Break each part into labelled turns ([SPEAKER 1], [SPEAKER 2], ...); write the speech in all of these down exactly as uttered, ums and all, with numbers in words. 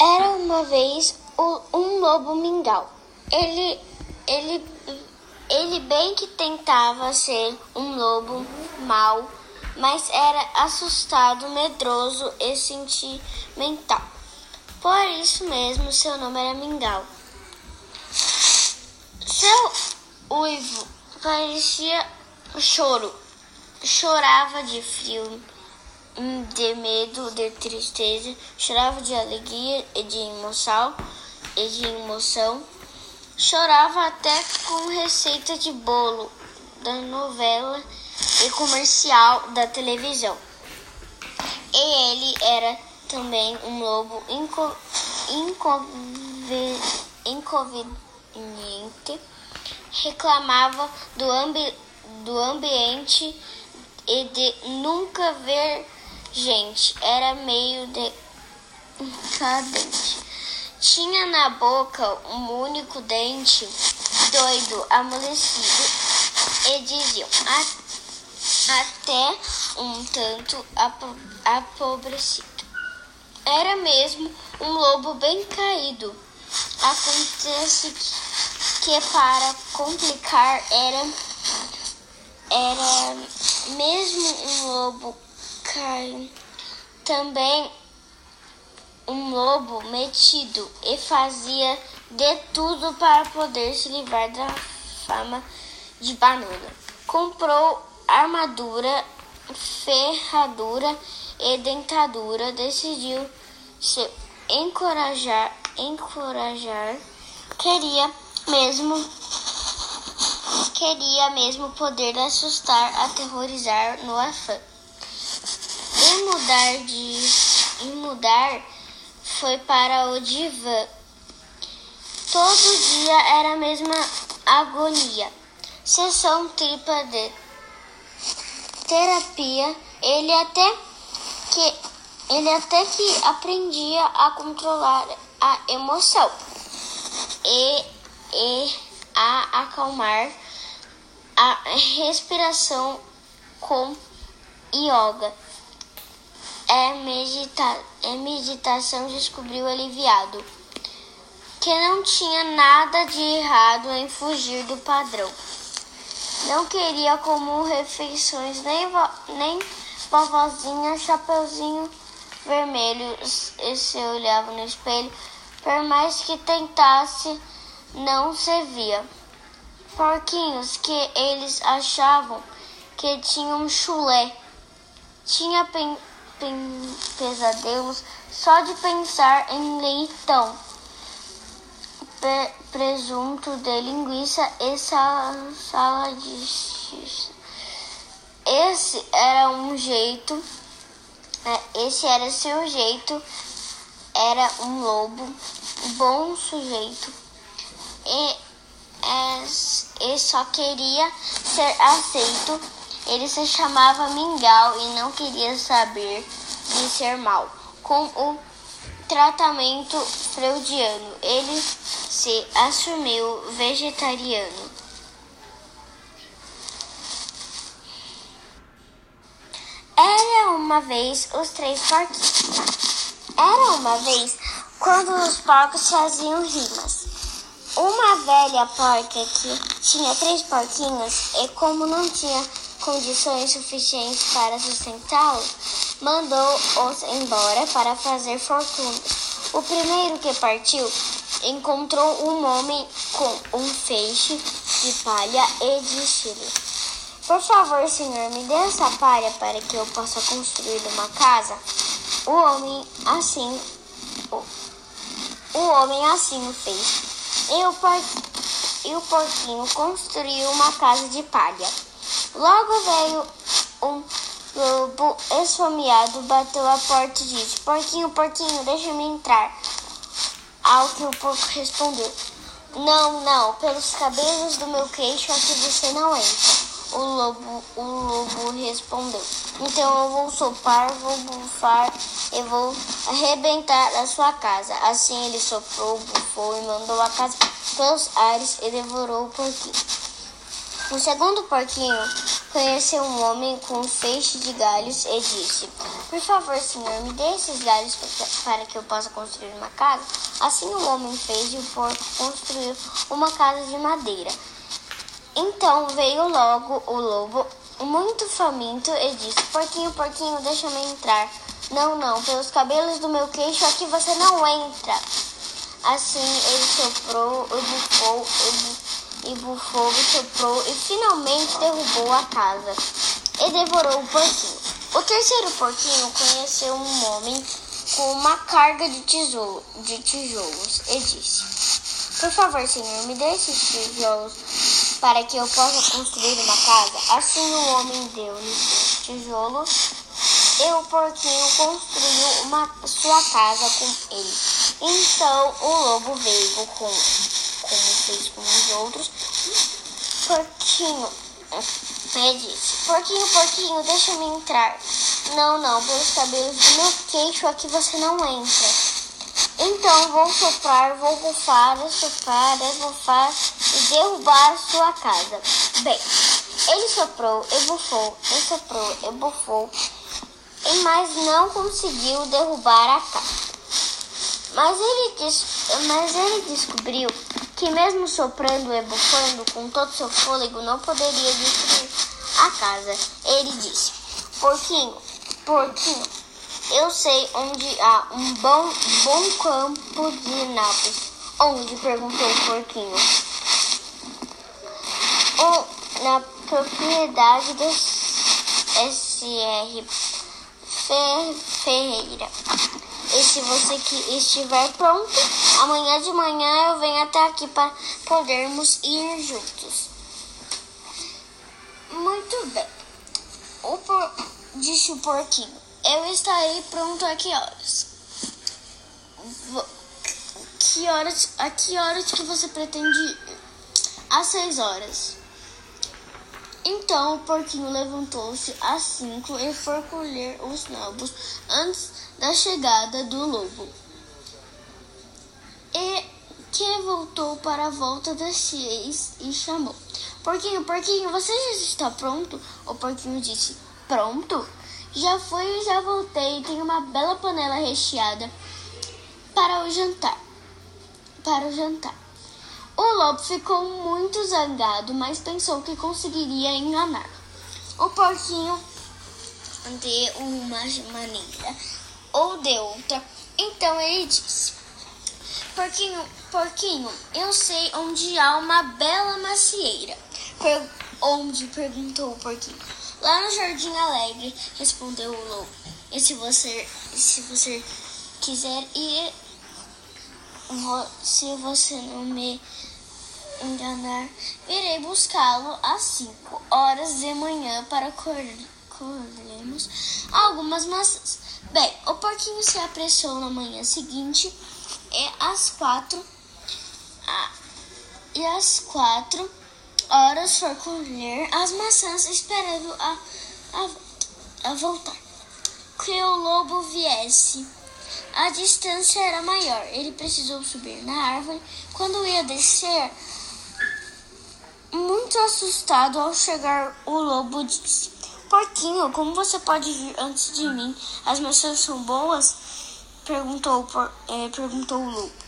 [SPEAKER 1] Era uma vez um lobo mingau. Ele, ele, ele bem que tentava ser um lobo mau, mas era assustado, medroso e sentimental. Por isso mesmo, seu nome era Mingau. Seu uivo parecia choro. Chorava de frio, de medo, de tristeza, chorava de alegria e de emoção, e de emoção. Chorava até com receita de bolo da novela e comercial da televisão. E ele era também um lobo inco, inconve, inconveniente, reclamava do, ambi, do ambiente e de nunca ver gente. Era meio decadente. Tinha na boca um único dente, doido, amolecido, e diziam até um tanto apobrecido. Era mesmo um lobo bem caído. Acontece que, que para complicar, era, era mesmo um lobo caído. Também um lobo metido e fazia de tudo para poder se livrar da fama de banana. Comprou armadura, ferradura e dentadura. Decidiu se encorajar, encorajar. Queria mesmo, queria mesmo poder assustar, aterrorizar no afã. E mudar de, e mudar foi para o divã. Todo dia era a mesma agonia. Sessão tripla de terapia. Ele até que ele até que aprendia a controlar a emoção e, e a acalmar a respiração com yoga. É, medita, é meditação descobriu aliviado que não tinha nada de errado em fugir do padrão. Não queria como refeições, nem, vo, nem vovozinha, chapeuzinho vermelho. E se olhava no espelho, por mais que tentasse, não se via. Porquinhos que eles achavam que tinham chulé. Tinha pen, pen, pesadelos só de pensar em leitão, Pre, presunto de linguiça e sala de x. Esse era um jeito, esse era seu jeito, era um lobo, bom sujeito, e, e só queria ser aceito. Ele se chamava Mingau e não queria saber de ser mau. Com o tratamento freudiano, ele se assumiu vegetariano. Era uma vez os três porquinhos. Era uma vez quando os porcos faziam rimas. Uma velha porca que tinha três porquinhos e, como não tinha condições suficientes para sustentá-los, mandou-os embora para fazer fortuna. O primeiro que partiu encontrou um homem com um feixe de palha e disse-lhe: por favor, senhor, me dê essa palha para que eu possa construir uma casa. O homem assim o, o homem assim o fez. E o, por, e o porquinho construiu uma casa de palha. Logo veio um lobo esfomeado, bateu a porta e disse: porquinho, porquinho, deixa-me entrar. Ao que o porco respondeu: não, não, pelos cabelos do meu queixo aqui você não entra. O lobo, o lobo respondeu: então eu vou soprar, vou bufar e vou arrebentar a sua casa. Assim ele soprou, bufou e mandou a casa pelos ares e devorou o porquinho. O segundo porquinho conheceu um homem com um feixe de galhos e disse: Por favor, senhor, me dê esses galhos para que eu possa construir uma casa. Assim o homem fez e o porco construiu uma casa de madeira. Então veio logo o lobo, muito faminto, e disse: Porquinho, porquinho, deixa-me entrar. Não, não, pelos cabelos do meu queixo aqui você não entra. Assim ele soprou e bufou, e bufou e soprou e finalmente derrubou a casa e devorou o porquinho. O terceiro porquinho conheceu um homem com uma carga de, tijolo, de tijolos e disse: Por favor, senhor, me dê esses tijolos para que eu possa construir uma casa. Assim o homem deu-lhe os tijolos e o porquinho construiu uma, sua casa com ele. Então o lobo veio com, como fez com os outros. Porquinho, ele disse: Porquinho, porquinho, deixa-me entrar. Não, não, pelos cabelos do meu queixo aqui você não entra. Então vou soprar, vou bufar, soprar, bufar e derrubar sua casa. Bem, ele soprou e bufou, e soprou e bufou, mas não conseguiu derrubar a casa. Mas ele, mas ele descobriu que mesmo soprando e bufando com todo seu fôlego não poderia destruir a casa. Ele disse: Porquinho, porquinho, eu sei onde há um bom, bom campo de nabos. Onde? Perguntou o porquinho. O, na propriedade do S R Ferreira. E se você que estiver pronto, amanhã de manhã eu venho até aqui para podermos ir juntos. Muito bem, o por... disse o porquinho. Eu estarei pronto a que horas? Que horas? A que horas que você pretende ir? Às seis horas. Então o porquinho levantou-se às cinco e foi colher os nabos antes da chegada do lobo. E que voltou para a volta das seis e chamou: Porquinho, porquinho, você já está pronto? O porquinho disse: Pronto? Já fui e já voltei. Tenho uma bela panela recheada para o jantar. Para o jantar. O lobo ficou muito zangado, mas pensou que conseguiria enganar o porquinho de uma maneira ou de outra. Então ele disse: Porquinho, porquinho, eu sei onde há uma bela macieira. Per- onde? Perguntou o porquinho. Lá no Jardim Alegre, respondeu o lobo. E se você, se você quiser ir, se você não me enganar, irei buscá-lo às cinco horas de manhã para colhermos algumas maçãs. Bem, o porquinho se apressou na manhã seguinte e às quatro a, e às quatro horas foi colher as maçãs, esperando a, a, a voltar que o lobo viesse. A distância era maior. Ele precisou subir na árvore. Quando ia descer, muito assustado ao chegar, o lobo disse: Porquinho, como você pode vir antes de mim? As maçãs são boas? Perguntou, por, é, perguntou o lobo.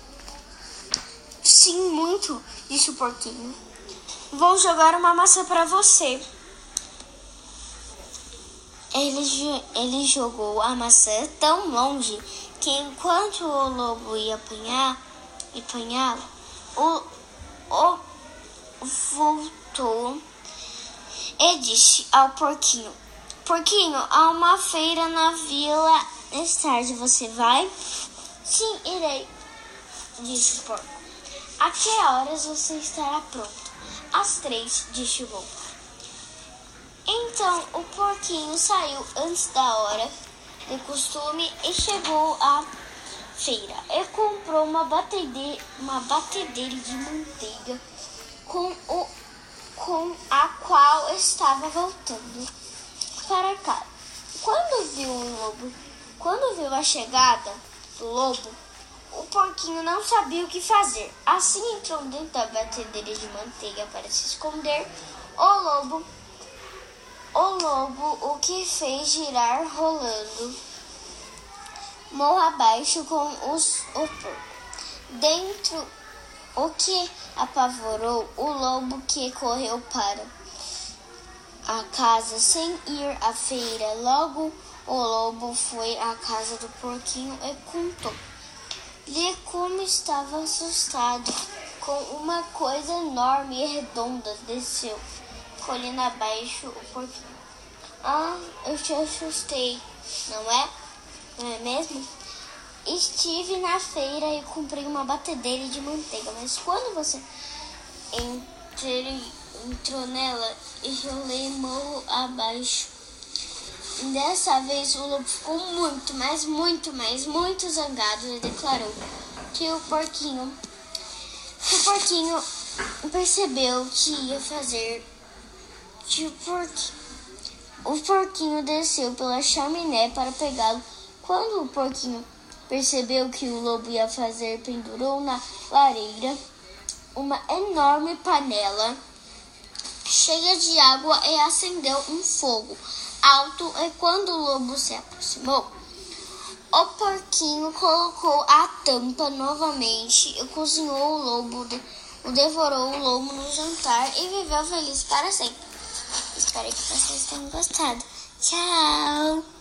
[SPEAKER 1] Sim, muito, disse o porquinho. Vou jogar uma maçã para você. Ele, ele jogou a maçã tão longe que enquanto o lobo ia apanhar, apanhá-la, o, o voltou e disse ao porquinho: Porquinho, há uma feira na vila esta tarde, você vai? Sim, irei, disse o porco. A que horas você estará pronto? Às três, disse o lobo. Então o porquinho saiu antes da hora de costume e chegou à feira e comprou uma batedeira, uma batedeira de manteiga com, o, com a qual estava voltando para casa. Quando viu o lobo, quando viu a chegada do lobo, o porquinho não sabia o que fazer. Assim entrou dentro da batedeira de manteiga para se esconder. O lobo O lobo o que fez girar rolando, morro abaixo com os, o porco. Dentro o que apavorou o lobo que correu para a casa sem ir à feira. Logo o lobo foi à casa do porquinho e contou-lhe como estava assustado com uma coisa enorme e redonda. Desceu colina abaixo o porquinho. Ah, eu te assustei, não é? Não é mesmo? Estive na feira e comprei uma batedeira de manteiga, mas quando você entrei, entrou nela, eu lhe morro abaixo. Dessa vez o lobo ficou muito, mas muito, mas muito zangado e declarou que o porquinho, que o porquinho percebeu que ia fazer que o porquinho. O porquinho desceu pela chaminé para pegá-lo. Quando o porquinho percebeu que o lobo ia fazer, pendurou na lareira uma enorme panela cheia de água e acendeu um fogo alto. E quando o lobo se aproximou, o porquinho colocou a tampa novamente e cozinhou o lobo, o devorou o lobo no jantar e viveu feliz para sempre. Espero que vocês tenham gostado. Tchau!